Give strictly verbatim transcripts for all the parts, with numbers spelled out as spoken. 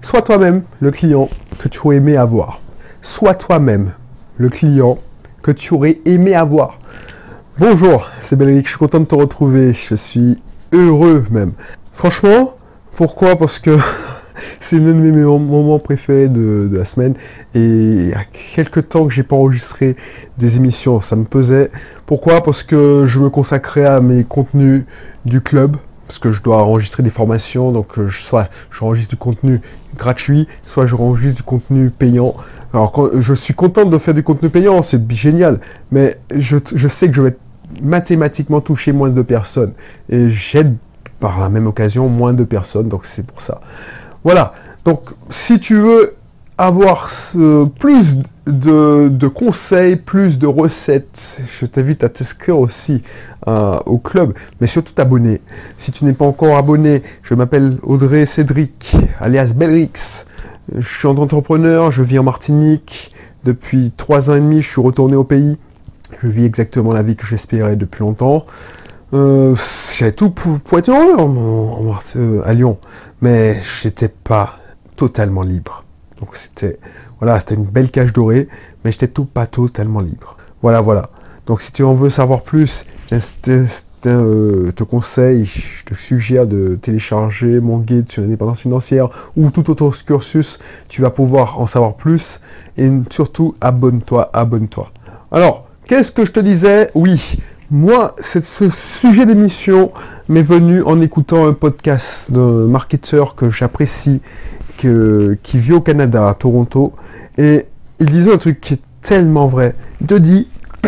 Sois toi-même le client que tu aurais aimé avoir. Sois toi-même le client que tu aurais aimé avoir. Bonjour, c'est Belric, je suis content de te retrouver. Je suis heureux même. Franchement, pourquoi? Parce que c'est l'un de mes moments préférés de, de la semaine. Et il y a quelques temps que j'ai pas enregistré des émissions, ça me pesait. Pourquoi? Parce que je me consacrais à mes contenus du club. Parce que je dois enregistrer des formations, donc euh, soit j'enregistre du contenu gratuit, soit je enregistre du contenu payant. Alors quand, je suis content de faire du contenu payant, c'est génial, mais je, je sais que je vais mathématiquement toucher moins de personnes. Et j'aide par la même occasion moins de personnes, donc c'est pour ça. Voilà, donc si tu veux avoir ce, plus de, de conseils, plus de recettes, je t'invite à t'inscrire aussi euh, au club, mais surtout t'abonner. Si tu n'es pas encore abonné, je m'appelle Audrey Cédric, alias Belrix. Je suis entrepreneur, je vis en Martinique. Depuis trois ans et demi, je suis retourné au pays. Je vis exactement la vie que j'espérais depuis longtemps. Euh, J'avais tout pour, pour être heureux en, en, en, euh, à Lyon, mais j'étais pas totalement libre. Donc c'était voilà, c'était une belle cage dorée, mais j'étais tout pas totalement libre. Voilà, voilà. Donc si tu en veux savoir plus, je te, te conseille, je te suggère de télécharger mon guide sur l'indépendance financière ou tout autre cursus. Tu vas pouvoir en savoir plus et surtout abonne-toi, abonne-toi. Alors, qu'est-ce que je te disais? Oui. Moi, cette, ce sujet d'émission m'est venu en écoutant un podcast d'un marketeur que j'apprécie, que, qui vit au Canada, à Toronto, et il disait un truc qui est tellement vrai. Il te dit,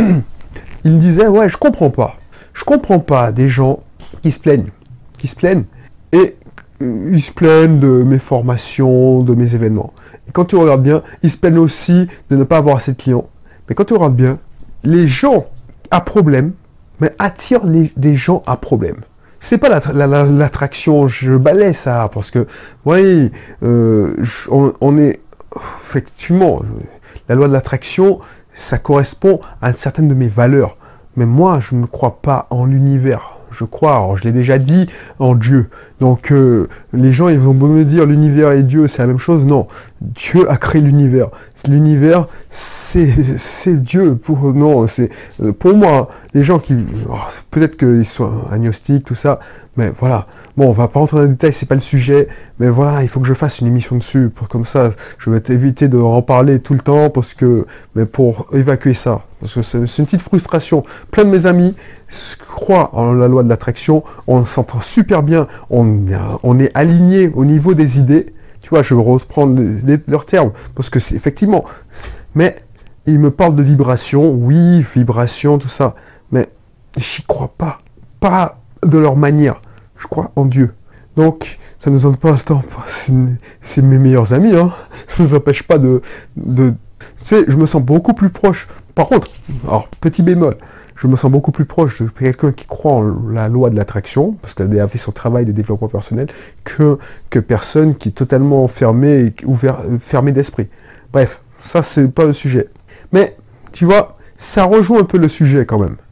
il disait, ouais, je comprends pas. Je comprends pas des gens qui se plaignent, qui se plaignent, et ils se plaignent de mes formations, de mes événements. Et quand tu regardes bien, ils se plaignent aussi de ne pas avoir assez de clients. Mais quand tu regardes bien, les gens à problème, mais attire les, des gens à problème. C'est pas l'attraction, la, la, la, je balais ça, parce que, oui, euh, on, on est, effectivement, la loi de l'attraction, ça correspond à certaines de mes valeurs. Mais moi, je ne crois pas en l'univers. Je crois, alors je l'ai déjà dit, en Dieu. Donc, euh, les gens, ils vont me dire l'univers et Dieu, c'est la même chose. Non, Dieu a créé l'univers. L'univers, c'est c'est Dieu. Pour, non, c'est euh, pour moi, les gens qui... Oh, peut-être qu'ils sont agnostiques, tout ça, mais voilà. Bon, on va pas rentrer dans les détails, c'est pas le sujet, mais voilà, il faut que je fasse une émission dessus. Pour, comme ça, je vais t'éviter de en parler tout le temps, parce que... Mais pour évacuer ça. Parce que c'est une petite frustration. Plein de mes amis croient en la loi de l'attraction, on s'entend super bien, on, on est aligné au niveau des idées. Tu vois, je vais reprendre les, les, leurs termes, parce que c'est effectivement... Mais ils me parlent de vibration, oui, vibration, tout ça, mais j'y crois pas. Pas de leur manière. Je crois en Dieu. Donc, ça ne nous empêche pas, c'est mes meilleurs amis, hein. Ça ne nous empêche pas de... de tu sais, je me sens beaucoup plus proche. Par contre, alors, petit bémol, je me sens beaucoup plus proche de quelqu'un qui croit en la loi de l'attraction, parce qu'elle a fait son travail de développement personnel, que, que personne qui est totalement fermé, ouvert, fermé d'esprit. Bref, ça, c'est pas le sujet. Mais, tu vois, ça rejoint un peu le sujet quand même.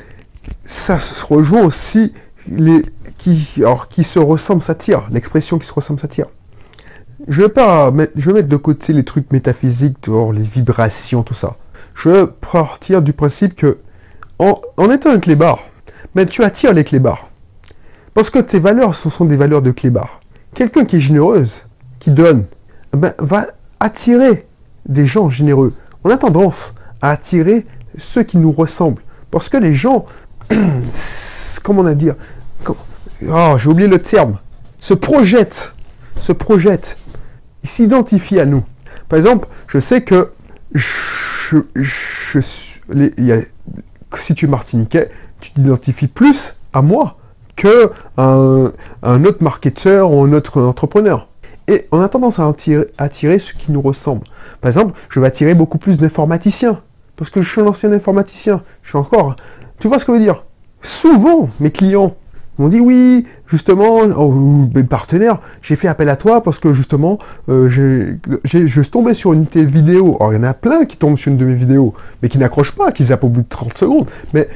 Ça se rejoint aussi, les, qui, alors, qui se ressemblent s'attirent, l'expression qui se ressemble s'attire. Je vais pas mettre, je vais mettre de côté les trucs métaphysiques, les vibrations, tout ça. Je vais partir du principe que, en, en étant un clébard, mais tu attires les clébards. Parce que tes valeurs, ce sont des valeurs de clébard. Quelqu'un qui est généreuse, qui donne, ben, va attirer des gens généreux. On a tendance à attirer ceux qui nous ressemblent. Parce que les gens, comment on a dire, comme, oh, j'ai oublié le terme, se projettent, se projettent. Il s'identifie à nous. Par exemple, je sais que je, je, les, y a, si tu es martiniquais, tu t'identifies plus à moi qu'un un autre marketeur ou un autre entrepreneur. Et on a tendance à attirer, attirer ceux qui nous ressemblent. Par exemple, je vais attirer beaucoup plus d'informaticiens. Parce que je suis un ancien informaticien. Je suis encore... Tu vois ce que je veux dire? Souvent, mes clients m'ont dit oui, justement, oh, mes partenaires, j'ai fait appel à toi parce que justement, euh, j'ai, j'ai, je suis tombé sur une de tes vidéos. Alors, il y en a plein qui tombent sur une de mes vidéos, mais qui n'accrochent pas, qui zappent au bout de trente secondes. Mais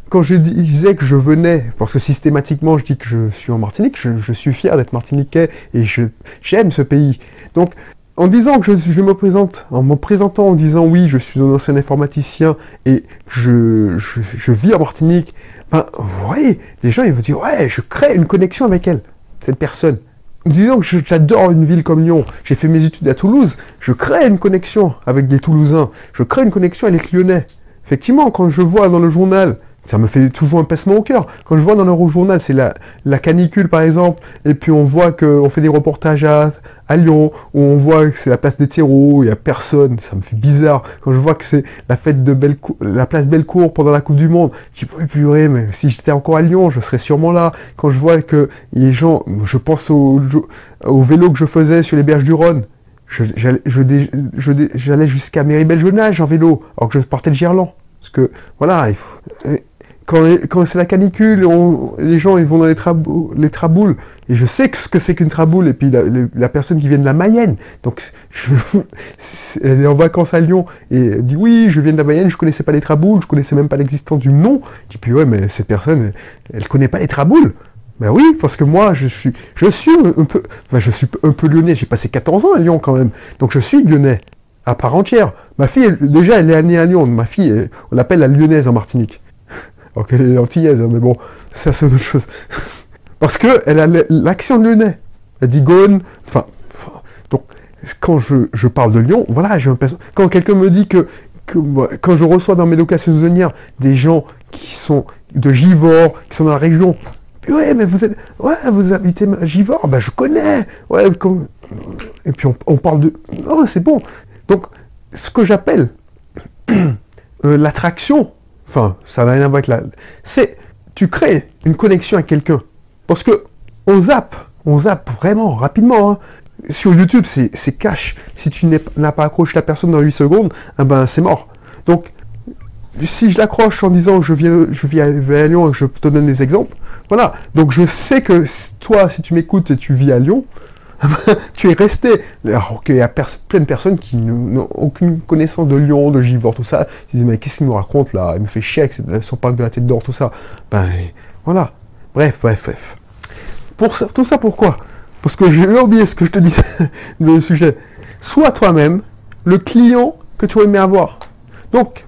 quand je disais que je venais, parce que systématiquement je dis que je suis en Martinique, je, je suis fier d'être martiniquais et je j'aime ce pays. Donc, en disant que je, je me présente, en me présentant en disant oui, je suis un ancien informaticien et je, je, je vis en Martinique, ben, vous voyez, les gens ils vont dire ouais, je crée une connexion avec elle, cette personne. Disons que j'adore une ville comme Lyon, j'ai fait mes études à Toulouse, je crée une connexion avec des Toulousains, je crée une connexion avec les Lyonnais. Effectivement, quand je vois dans le journal, ça me fait toujours un pincement au cœur. Quand je vois dans le journal, c'est la, la canicule par exemple, et puis on voit qu'on fait des reportages à, à Lyon, où on voit que c'est la place des terreaux, il n'y a personne, ça me fait bizarre. Quand je vois que c'est la fête de Bellecour, la place Bellecour pendant la Coupe du Monde, je dis, oh, purée, mais si j'étais encore à Lyon, je serais sûrement là. Quand je vois que les gens, je pense au, au vélo que je faisais sur les berges du Rhône, j'allais je, je, je, je, jusqu'à Méribel-Jonage en vélo, alors que je partais de Gerland. Parce que, voilà, il faut, quand, quand c'est la canicule, on, les gens ils vont dans les, trabou, les traboules, et je sais que ce que c'est qu'une traboule, et puis la, la personne qui vient de la Mayenne, donc je, elle est en vacances à Lyon, et elle dit oui, je viens de la Mayenne, je connaissais pas les traboules, je connaissais même pas l'existence du nom. Je dis puis ouais, mais cette personne, elle, elle connaît pas les traboules. Ben oui, parce que moi, je suis, je suis un peu, enfin, je suis un peu lyonnais, j'ai passé quatorze ans à Lyon quand même, donc je suis lyonnais, à part entière. Ma fille, elle, déjà, elle est née à Lyon, ma fille, elle, on l'appelle la lyonnaise en Martinique. Alors qu'elle est antillaise, hein, mais bon, ça c'est autre chose. Parce qu'elle a l'accent lyonnais. Elle dit Gone, enfin, donc, quand je, je parle de Lyon, voilà, j'ai l'impression, quand quelqu'un me dit que, que, quand je reçois dans mes locations saisonnières des gens qui sont de Givors, qui sont dans la région, ouais, mais vous êtes, ouais, vous habitez Givors, ben je connais, ouais, comme, et puis on, on parle de, oh, c'est bon. Donc, ce que j'appelle euh, l'attraction, enfin, ça n'a rien à voir avec la, c'est, tu crées une connexion avec quelqu'un, parce que on zappe, on zappe vraiment rapidement, hein. Sur YouTube, c'est cash. Si tu n'as pas accroché la personne dans huit secondes, eh ben c'est mort. Donc, si je l'accroche en disant que je viens, je vis à, à Lyon et que je te donne des exemples, voilà. Donc je sais que toi, si tu m'écoutes et tu vis à Lyon, tu es resté. Alors qu'il y a plein de personnes qui n'ont aucune connaissance de Lyon, de Givors, tout ça. Ils se disent mais qu'est-ce qu'il nous raconte là? Il me fait chier avec son parc de la Tête d'Or, tout ça. Ben voilà. Bref, bref, bref. Pour ça, tout ça pourquoi? Parce que j'ai oublié ce que je te disais, le sujet. Sois toi-même le client que tu aimais avoir. Donc,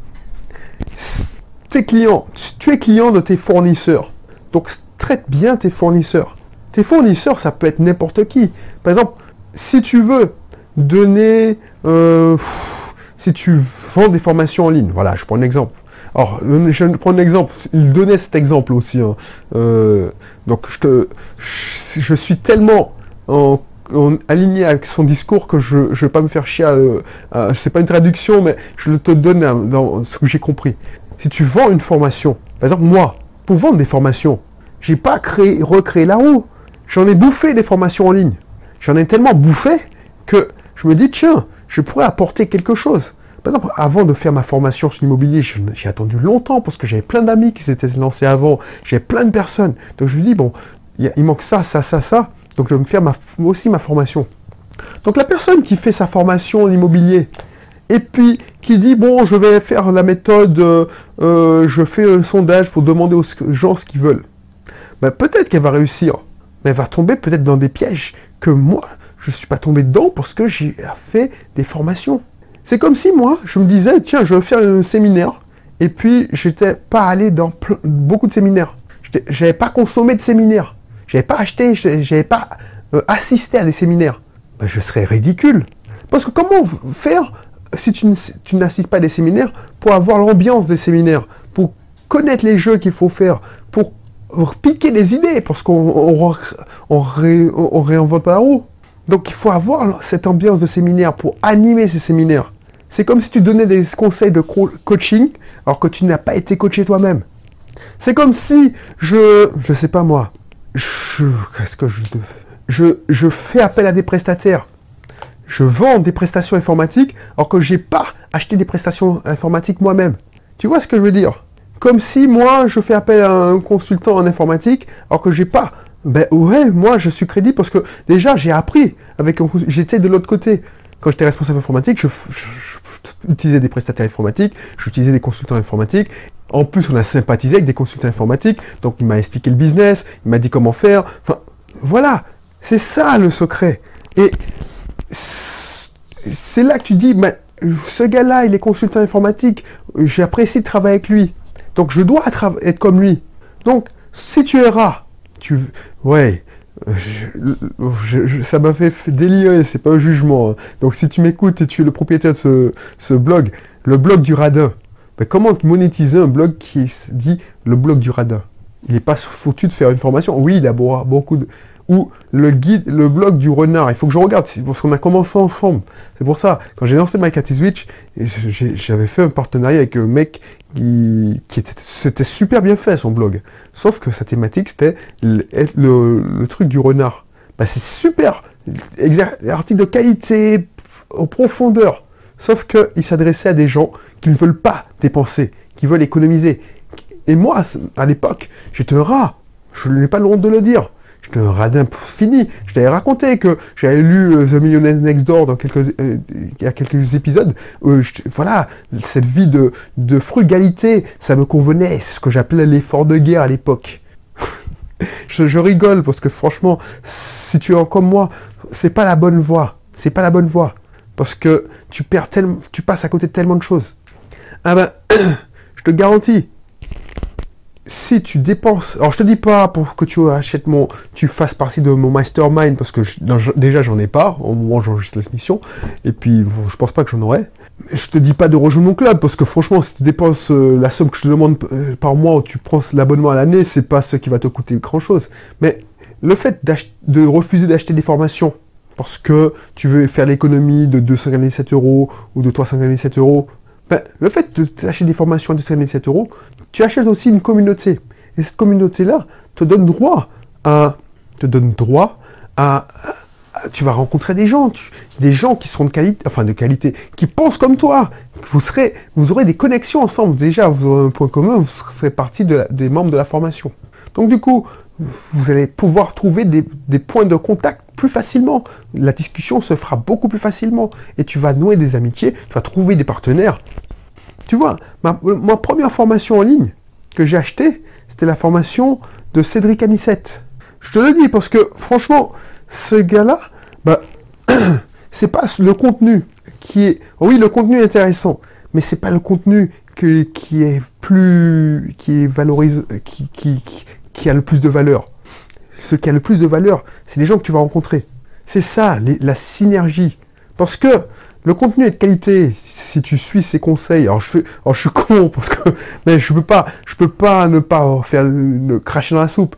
tes clients, tu es client de tes fournisseurs. Donc, traite bien tes fournisseurs. Tes fournisseurs, ça peut être n'importe qui. Par exemple, si tu veux donner, euh, si tu vends des formations en ligne, voilà, je prends un exemple. Alors, je prends un exemple. Il donnait cet exemple aussi. Hein. Euh, donc, je, te, je, je suis tellement en, en, aligné avec son discours que je ne vais pas me faire chier. À, à, c'est pas une traduction, mais je te donne dans, dans ce que j'ai compris. Si tu vends une formation, par exemple, moi, pour vendre des formations, j'ai pas créé, recréé la roue. J'en ai bouffé des formations en ligne. J'en ai tellement bouffé que je me dis, tiens, je pourrais apporter quelque chose. Par exemple, avant de faire ma formation sur l'immobilier, j'ai attendu longtemps parce que j'avais plein d'amis qui s'étaient lancés avant. J'avais plein de personnes. Donc je me dis, bon, il, il manque ça, ça, ça, ça. Donc je vais me faire ma, aussi ma formation. Donc la personne qui fait sa formation en immobilier, et puis qui dit, bon, je vais faire la méthode, euh, euh, je fais un sondage pour demander aux gens ce qu'ils veulent. Ben, peut-être qu'elle va réussir, mais elle va tomber peut-être dans des pièges que moi, je ne suis pas tombé dedans parce que j'ai fait des formations. C'est comme si moi, je me disais, tiens, je vais faire un séminaire, et puis j'étais pas allé dans beaucoup de séminaires. Je n'avais pas consommé de séminaires. Je n'avais pas acheté, je n'avais pas euh, assisté à des séminaires. Ben, je serais ridicule. Parce que comment faire si tu, tu n'assistes pas à des séminaires pour avoir l'ambiance des séminaires, pour connaître les jeux qu'il faut faire, pour piquer les idées, parce qu'on on, on, ré, on réinvente pas la roue. Donc il faut avoir cette ambiance de séminaire pour animer ces séminaires. C'est comme si tu donnais des conseils de coaching alors que tu n'as pas été coaché toi-même. C'est comme si je, je sais pas moi, je, qu'est-ce que je, je, je fais appel à des prestataires. Je vends des prestations informatiques alors que j'ai pas acheté des prestations informatiques moi-même. Tu vois ce que je veux dire? Comme si moi je fais appel à un consultant en informatique alors que j'ai pas. Ben ouais, moi je suis crédible parce que déjà j'ai appris avec un, j'étais de l'autre côté. Quand j'étais responsable informatique, je, je, je utilisais des prestataires informatiques, j'utilisais des consultants informatiques En plus, on a sympathisé avec des consultants informatiques, donc il m'a expliqué le business, il m'a dit comment faire. Enfin, voilà, c'est ça le secret. Et c'est là que tu dis, ben, ce gars-là, il est consultant informatique, j'apprécie de travailler avec lui. Donc, je dois être comme lui. Donc, si tu es rat, tu... Ouais, je, je, je, ça m'a fait délirer, c'est pas un jugement. Hein. Donc, si tu m'écoutes et tu es le propriétaire de ce, ce blog, le blog du radin, ben, comment monétiser un blog qui se dit le blog du radin? Il n'est pas foutu de faire une formation. Oui, il a beaucoup de... Ou le guide, le blog du renard. Il faut que je regarde, parce qu'on a commencé ensemble. C'est pour ça, quand j'ai lancé My Cat is Witch, j'avais fait un partenariat avec un mec qui, qui était, c'était super bien fait, son blog. Sauf que sa thématique, c'était le, le, le truc du renard. Bah, c'est super, article de qualité, en profondeur. Sauf qu'il s'adressait à des gens qui ne veulent pas dépenser, qui veulent économiser. Et moi, à l'époque, j'étais un rat. Je n'ai pas le honte de le dire. J'étais un radin fini. Je t'avais raconté que j'avais lu euh, The Millionaire Next Door dans quelques, euh, il y a quelques épisodes. Euh, je, voilà, cette vie de, de frugalité, ça me convenait. C'est ce que j'appelais l'effort de guerre à l'époque. je, je rigole parce que franchement, si tu es comme moi, c'est pas la bonne voie. C'est pas la bonne voie. Parce que tu perds tellement, tu passes à côté de tellement de choses. Ah ben, je te garantis, si tu dépenses, alors je te dis pas pour que tu achètes mon, tu fasses partie de mon mastermind parce que je, déjà j'en ai pas au moment où j'enregistre la mission et puis je pense pas que j'en aurai. Je te dis pas de rejoindre mon club parce que franchement si tu dépenses euh, la somme que je te demande euh, par mois ou tu prends l'abonnement à l'année, c'est pas ce qui va te coûter grand chose. Mais le fait de refuser d'acheter des formations parce que tu veux faire l'économie de deux cent quatre-vingt-dix-sept euros ou de trois cent quatre-vingt-dix-sept euros, ben, le fait de t'acheter des formations à deux cent quatre-vingt-dix-sept euros, tu achètes aussi une communauté. Et cette communauté-là te donne droit à... te donne droit à... à tu vas rencontrer des gens, tu, des gens qui sont de qualité, enfin de qualité, qui pensent comme toi. Vous serez, vous aurez des connexions ensemble. Déjà, vous aurez un point commun, vous ferez partie de la, des membres de la formation. Donc du coup, vous allez pouvoir trouver des, des points de contact plus facilement. La discussion se fera beaucoup plus facilement. Et tu vas nouer des amitiés, tu vas trouver des partenaires. Tu vois, ma, ma première formation en ligne que j'ai achetée, c'était la formation de Cédric Anissette. Je te le dis parce que, franchement, ce gars-là, bah, c'est pas le contenu qui est... Oui, le contenu est intéressant, mais c'est pas le contenu que, qui est plus... qui est valorisé... Qui, qui, qui, qui a le plus de valeur. Ce qui a le plus de valeur, c'est les gens que tu vas rencontrer. C'est ça, les, la synergie. Parce que le contenu est de qualité, si tu suis ses conseils. Alors je fais, alors je suis con parce que, mais je peux pas, je peux pas ne pas faire, ne cracher dans la soupe.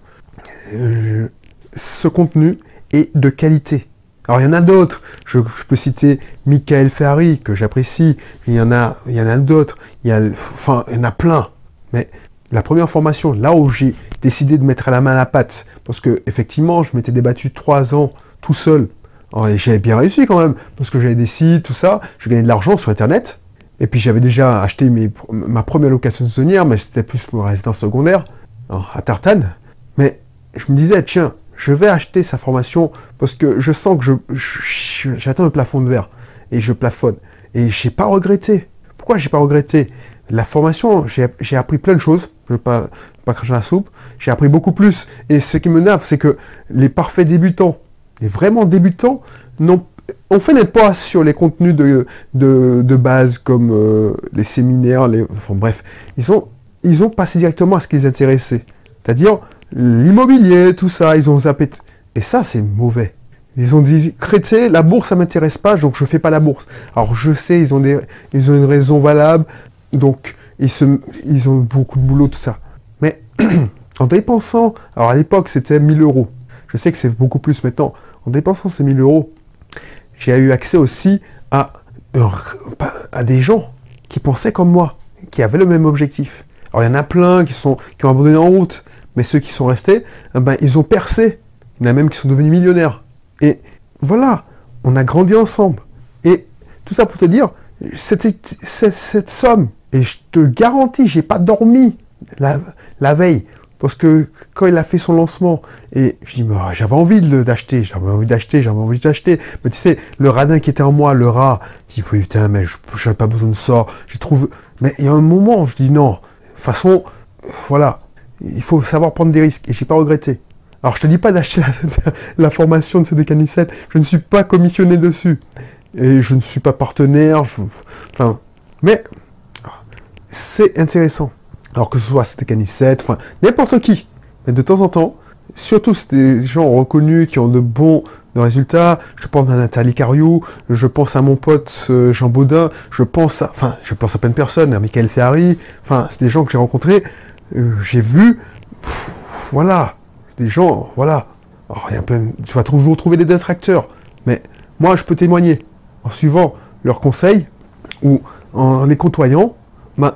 Euh, ce contenu est de qualité. Alors il y en a d'autres. Je, je peux citer Michael Ferrari que j'apprécie. Il y en a, il y en a d'autres. Il y a, enfin, il y en a plein. Mais la première formation, là où j'ai décidé de mettre la main à la pâte, parce que effectivement, je m'étais débattu trois ans tout seul. J'avais bien réussi quand même, parce que j'avais des sites, tout ça, je gagnais de l'argent sur Internet, et puis j'avais déjà acheté mes, ma première location saisonnière, mais c'était plus pour résidence secondaire, à Tartane. Mais je me disais, tiens, je vais acheter sa formation, parce que je sens que je, je, j'atteins le plafond de verre, et je plafonne. Et j'ai pas regretté. Pourquoi j'ai pas regretté? La formation, j'ai appris plein de choses, je ne vais pas, pas cracher la soupe, j'ai appris beaucoup plus, et ce qui me nerve, c'est que les parfaits débutants, les vraiment débutants, non, on fait des pas sur les contenus de, de, de base comme euh, les séminaires, les, enfin bref, ils ont, ils ont passé directement à ce qui les intéressait. C'est-à-dire l'immobilier, tout ça, ils ont zappé. Et ça, c'est mauvais. Ils ont dit, chrétien, la bourse, ça m'intéresse pas, donc je fais pas la bourse. Alors je sais, ils ont, des, ils ont une raison valable, donc ils, se, ils ont beaucoup de boulot, tout ça. Mais en dépensant, alors à l'époque, c'était mille euros. Je sais que c'est beaucoup plus maintenant. En dépensant ces mille euros, j'ai eu accès aussi à, à des gens qui pensaient comme moi, qui avaient le même objectif. Alors il y en a plein qui, sont, qui ont abandonné en route, mais ceux qui sont restés, eh ben, ils ont percé. Il y en a même qui sont devenus millionnaires. Et voilà, on a grandi ensemble. Et tout ça pour te dire, cette, cette, cette somme, et je te garantis, j'ai pas dormi la, la veille. Parce que quand il a fait son lancement, et je dis, bah, j'avais envie d'acheter, j'avais envie d'acheter, j'avais envie d'acheter. Mais tu sais, le radin qui était en moi, le rat, je dis, oui, putain, mais je n'avais pas besoin de ça. J'ai trouvé. Mais il y a un moment, je dis, non, façon, voilà, il faut savoir prendre des risques, et j'ai pas regretté. Alors, je te dis pas d'acheter la, la formation de C D Canicet, je ne suis pas commissionné dessus, et je ne suis pas partenaire, je, enfin, mais c'est intéressant. Alors que ce soit C D Canicet, enfin, n'importe qui, mais de temps en temps, surtout c'est des gens reconnus qui ont de bons de résultats, je pense à Nathalie Cariou, je pense à mon pote euh, Jean Baudin, je pense à, enfin, je pense à plein de personnes, à Michael Ferrari, enfin, c'est des gens que j'ai rencontrés, euh, j'ai vu, pff, voilà, c'est des gens, voilà. Alors, il y a plein, tu vas toujours trouver des détracteurs, mais moi, je peux témoigner, en suivant leurs conseils, ou en les côtoyant, bah,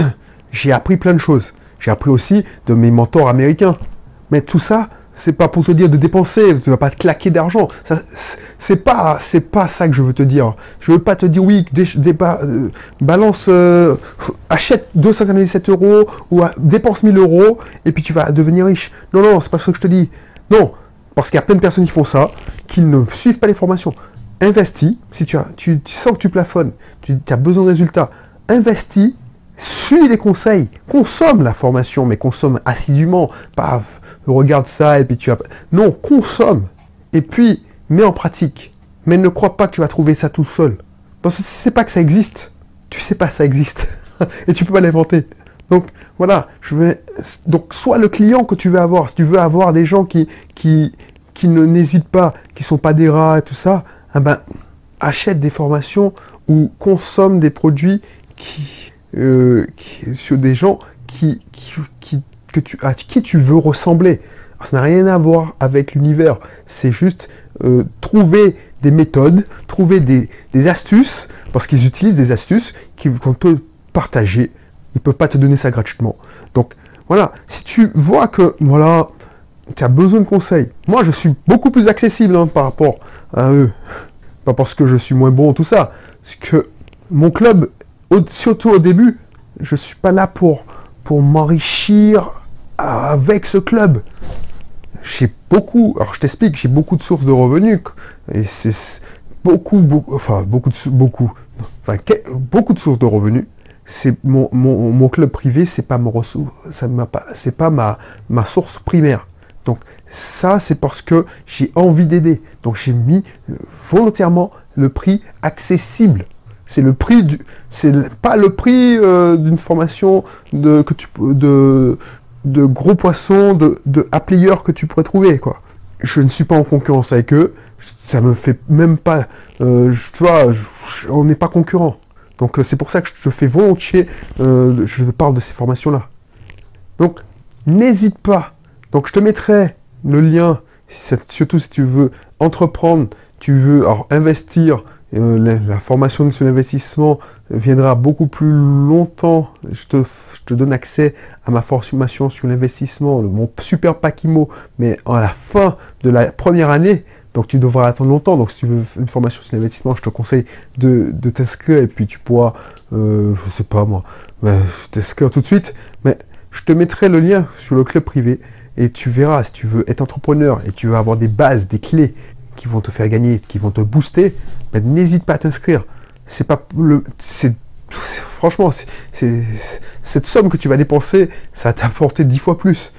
j'ai appris plein de choses. J'ai appris aussi de mes mentors américains. Mais tout ça, c'est pas pour te dire de dépenser, tu vas pas te claquer d'argent. Ça, c'est pas, c'est pas ça que je veux te dire. Je veux pas te dire oui, dé, dé, euh, balance, euh, achète deux cent quatre-vingt-dix-sept euros ou à, dépense mille euros et puis tu vas devenir riche. Non, non, c'est pas ce que je te dis. Non, parce qu'il y a plein de personnes qui font ça, qui ne suivent pas les formations. Investis, si tu, as, tu, tu sens que tu plafonnes, tu as besoin de résultats, investis, suis les conseils, consomme la formation, mais consomme assidûment, pas regarde ça et puis tu as... Non, consomme, et puis mets en pratique. Mais ne crois pas que tu vas trouver ça tout seul. Parce que tu ne sais pas que ça existe. Tu sais pas que ça existe. Et tu peux pas l'inventer. Donc, voilà, je vais... Donc, sois le client que tu veux avoir. Si tu veux avoir des gens qui, qui, qui ne n'hésitent pas, qui sont pas des rats et tout ça, eh ben, achète des formations ou consomme des produits qui... Euh, qui, sur des gens qui, qui, qui, que tu, à qui tu veux ressembler. Alors, ça n'a rien à voir avec l'univers. C'est juste euh, trouver des méthodes, trouver des, des astuces, parce qu'ils utilisent des astuces qu'ils vont te partager. Ils ne peuvent pas te donner ça gratuitement. Donc, voilà. Si tu vois que, voilà, tu as besoin de conseils. Moi, je suis beaucoup plus accessible hein, par rapport à eux. Pas parce que je suis moins bon, tout ça. C'est que mon club... Surtout au début, je ne suis pas là pour, pour m'enrichir avec ce club. J'ai beaucoup, alors je t'explique, j'ai beaucoup de sources de revenus. Et c'est beaucoup, beaucoup, enfin, beaucoup de, beaucoup, enfin, beaucoup de sources de revenus. C'est mon, mon, mon club privé, c'est pas mon ressource, ça m'a pas, c'est pas ma, ma source primaire. Donc, ça, c'est parce que j'ai envie d'aider. Donc, j'ai mis volontairement le prix accessible. C'est le prix du, c'est pas le prix euh, d'une formation de que tu de de gros poissons, de de applayeurs que tu pourrais trouver quoi. Je ne suis pas en concurrence avec eux, ça me fait même pas, euh, tu vois, je, on n'est pas concurrent. Donc c'est pour ça que je te fais volontiers, euh, je te parle de ces formations là. Donc n'hésite pas. Donc je te mettrai le lien, surtout si tu veux entreprendre, tu veux alors investir. Euh, la, la formation sur l'investissement viendra beaucoup plus longtemps. Je te, je te donne accès à ma formation sur l'investissement, mon super pack I M O, mais à la fin de la première année. Donc tu devras attendre longtemps. Donc si tu veux une formation sur l'investissement, je te conseille de, de t'inscrire et puis tu pourras, euh, je sais pas moi, ben, t'inscrire tout de suite. Mais je te mettrai le lien sur le club privé et tu verras si tu veux être entrepreneur et tu veux avoir des bases, des clés qui vont te faire gagner, qui vont te booster, ben, n'hésite pas à t'inscrire. C'est pas le, c'est, franchement, c'est, c'est, cette somme que tu vas dépenser, ça va t'apporter dix fois plus,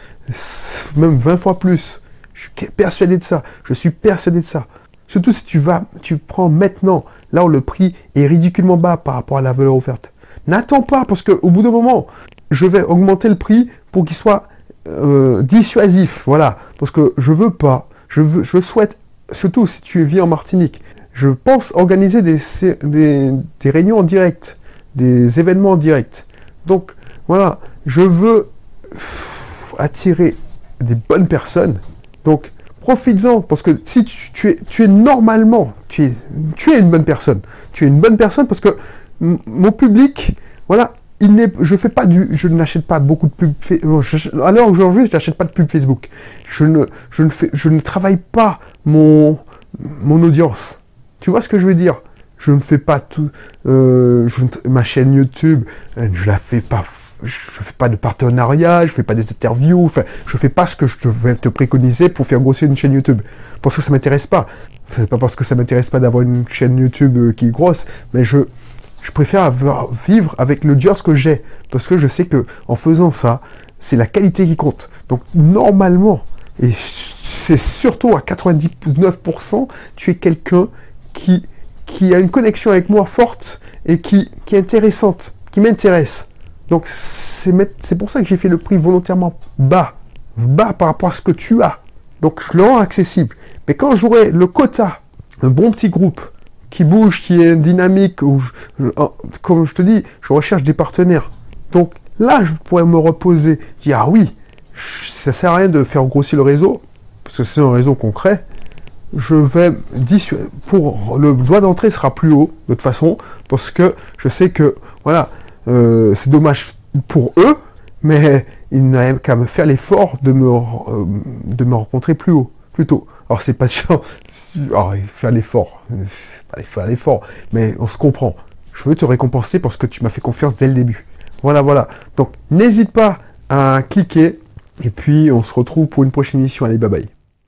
même vingt fois plus. Je suis persuadé de ça. Je suis persuadé de ça. Surtout si tu vas, tu prends maintenant, là où le prix est ridiculement bas par rapport à la valeur offerte. N'attends pas, parce qu'au bout d'un moment, je vais augmenter le prix pour qu'il soit euh, dissuasif. Voilà. Parce que je veux pas, je veux, je souhaite, surtout si tu vis en Martinique, je pense organiser des, des, des réunions en direct, des événements en direct. Donc, voilà, je veux attirer des bonnes personnes. Donc, profites-en, parce que si tu, tu, es, tu es normalement, tu es, tu es une bonne personne. Tu es une bonne personne parce que mon public, voilà, il n'est, je fais pas du, je n'achète pas beaucoup de pubs. À l'heure où j'enregistre, je n'achète pas de pub Facebook. Je ne, je ne fais, je ne travaille pas mon, mon audience. Tu vois ce que je veux dire? Je ne fais pas tout, euh, je, ma chaîne YouTube, je la fais pas. Je fais pas de partenariat, je fais pas des interviews, enfin, je fais pas ce que je vais te préconiser pour faire grossir une chaîne YouTube. Parce que ça m'intéresse pas. C'est pas parce que ça m'intéresse pas d'avoir une chaîne YouTube qui est grosse, mais je, je préfère avoir, vivre avec le dur ce que j'ai. Parce que je sais que en faisant ça, c'est la qualité qui compte. Donc, normalement, et c'est surtout à quatre-vingt-dix-neuf pour cent, tu es quelqu'un qui, qui a une connexion avec moi forte et qui, qui est intéressante, qui m'intéresse. Donc, c'est pour ça que j'ai fait le prix volontairement bas. Bas par rapport à ce que tu as. Donc, je le rends accessible. Mais quand j'aurai le quota, un bon petit groupe, qui bouge, qui est dynamique, où je, comme je te dis, je recherche des partenaires. Donc, là, je pourrais me reposer, dire, ah oui, ça sert à rien de faire grossir le réseau, parce que c'est un réseau concret. Je vais, pour le droit d'entrée sera plus haut, de toute façon, parce que je sais que, voilà, euh, c'est dommage pour eux, mais ils n'avaient qu'à me faire l'effort de me, euh, de me rencontrer plus haut, plus tôt. Alors, c'est pas sûr, alors, faire l'effort, faire l'effort, mais on se comprend. Je veux te récompenser parce que tu m'as fait confiance dès le début. Voilà, voilà. Donc, n'hésite pas à cliquer, et puis on se retrouve pour une prochaine émission. Allez, bye bye.